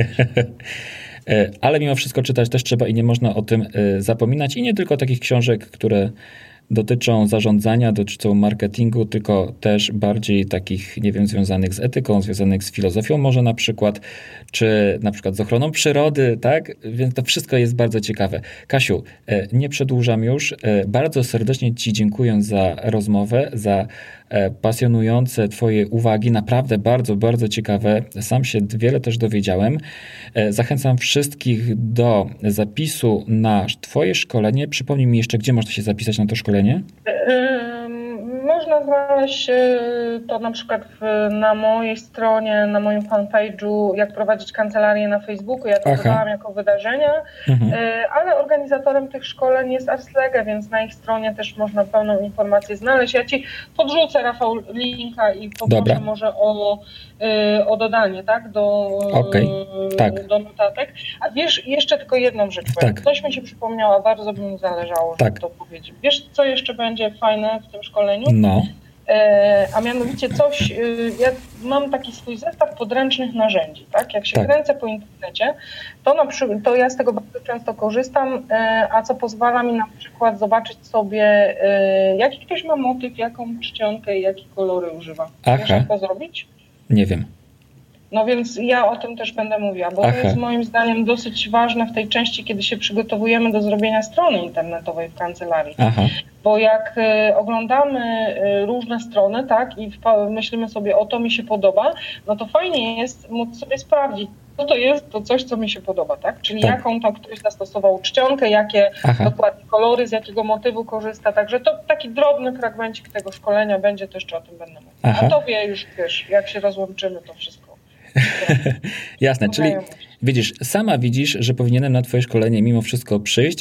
Ale mimo wszystko czytać też trzeba i nie można o tym zapominać. I nie tylko takich książek, które dotyczą zarządzania, dotyczą marketingu, tylko też bardziej takich, nie wiem, związanych z etyką, związanych z filozofią może na przykład, czy na przykład z ochroną przyrody, tak? Więc to wszystko jest bardzo ciekawe. Kasiu, nie przedłużam już. Bardzo serdecznie ci dziękuję za rozmowę, za pasjonujące twoje uwagi, naprawdę bardzo, bardzo ciekawe. Sam się wiele też dowiedziałem. Zachęcam wszystkich do zapisu na twoje szkolenie. Przypomnij mi jeszcze, gdzie można się zapisać na to szkolenie? Można znaleźć to na przykład w, na mojej stronie, na moim fanpage'u, jak prowadzić kancelarię na Facebooku. Ja to dodałam jako wydarzenia, mhm. ale organizatorem tych szkoleń jest Arslega, więc na ich stronie też można pełną informację znaleźć. Ja ci podrzucę, Rafał, linka i poproszę Dobra. może o, o dodanie, tak, do, okay. tak. do notatek. A wiesz, jeszcze tylko jedną rzecz powiem. Tak. Coś mi się przypomniało, bardzo by mi zależało, tak. żeby to powiedzieć. Wiesz, co jeszcze będzie fajne w tym szkoleniu? No. E, a mianowicie coś, e, ja mam taki swój zestaw podręcznych narzędzi, tak? Jak się tak. kręcę po internecie, to, na przy, to ja z tego bardzo często korzystam, e, a co pozwala mi na przykład zobaczyć sobie, e, jaki ktoś ma motyw, jaką czcionkę i jakie kolory używa. Aha. Wiesz, jak to zrobić? Nie wiem. No więc ja o tym też będę mówiła, bo Aha. to jest moim zdaniem dosyć ważne w tej części, kiedy się przygotowujemy do zrobienia strony internetowej w kancelarii. Aha. Bo jak y, oglądamy y, różne strony, tak, i w, myślimy sobie, o to mi się podoba, no to fajnie jest móc sobie sprawdzić, co to jest to coś, co mi się podoba, tak? Czyli tak. jaką tam ktoś zastosował czcionkę, jakie Aha. dokładnie kolory, z jakiego motywu korzysta. Także to taki drobny fragmencik tego szkolenia będzie, to jeszcze o tym będę mówić. Aha. A tobie już, wiesz, jak się rozłączymy, to wszystko. Jasne, czyli widzisz, sama widzisz, że powinienem na twoje szkolenie mimo wszystko przyjść.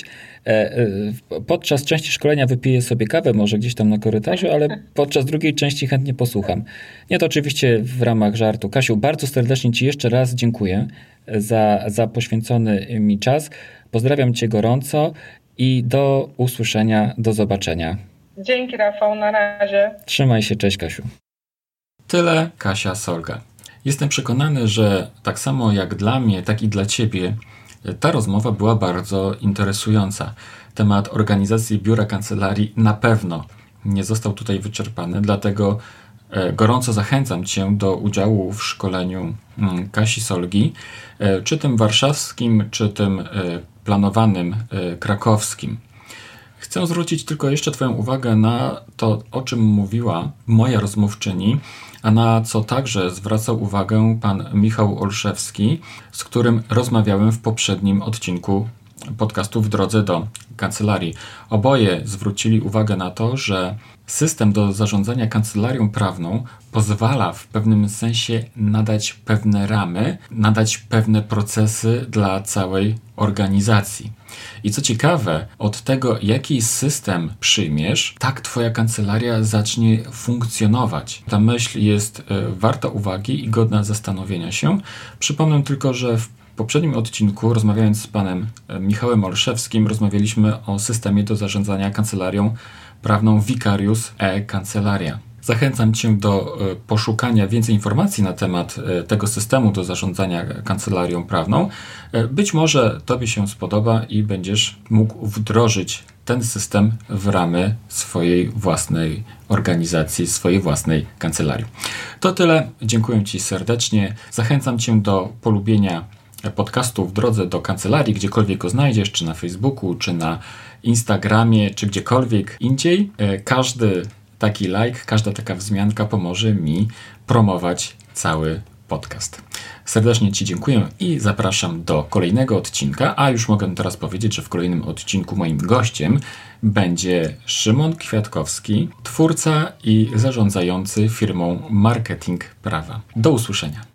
Podczas części szkolenia wypiję sobie kawę, może gdzieś tam na korytarzu, ale podczas drugiej części chętnie posłucham. Nie, to oczywiście w ramach żartu. Kasiu, bardzo serdecznie ci jeszcze raz dziękuję za, za poświęcony mi czas. Pozdrawiam cię gorąco i do usłyszenia, do zobaczenia. Dzięki, Rafał, na razie. Trzymaj się, cześć, Kasiu. Tyle Kasia Solga. Jestem przekonany, że tak samo jak dla mnie, tak i dla ciebie ta rozmowa była bardzo interesująca. Temat organizacji biura kancelarii na pewno nie został tutaj wyczerpany, dlatego gorąco zachęcam Cię do udziału w szkoleniu Kasi Solgi, czy tym warszawskim, czy tym planowanym krakowskim. Chcę zwrócić tylko jeszcze Twoją uwagę na to, o czym mówiła moja rozmówczyni, a na co także zwracał uwagę pan Michał Olszewski, z którym rozmawiałem w poprzednim odcinku podcastu W drodze do kancelarii. Oboje zwrócili uwagę na to, że system do zarządzania kancelarią prawną pozwala w pewnym sensie nadać pewne ramy, nadać pewne procesy dla całej organizacji. I co ciekawe, od tego, jaki system przyjmiesz, tak Twoja kancelaria zacznie funkcjonować. Ta myśl jest warta uwagi i godna zastanowienia się. Przypomnę tylko, że w W poprzednim odcinku, rozmawiając z panem Michałem Olszewskim, rozmawialiśmy o systemie do zarządzania kancelarią prawną Vicarius e-Kancelaria. Zachęcam Cię do poszukania więcej informacji na temat tego systemu do zarządzania kancelarią prawną. Być może Tobie się spodoba i będziesz mógł wdrożyć ten system w ramy swojej własnej organizacji, swojej własnej kancelarii. To tyle. Dziękuję Ci serdecznie. Zachęcam Cię do polubienia podcastu W drodze do kancelarii, gdziekolwiek go znajdziesz, czy na Facebooku, czy na Instagramie, czy gdziekolwiek indziej. Każdy taki like, każda taka wzmianka pomoże mi promować cały podcast. Serdecznie Ci dziękuję i zapraszam do kolejnego odcinka, a już mogę teraz powiedzieć, że w kolejnym odcinku moim gościem będzie Szymon Kwiatkowski, twórca i zarządzający firmą Marketing Prawa. Do usłyszenia.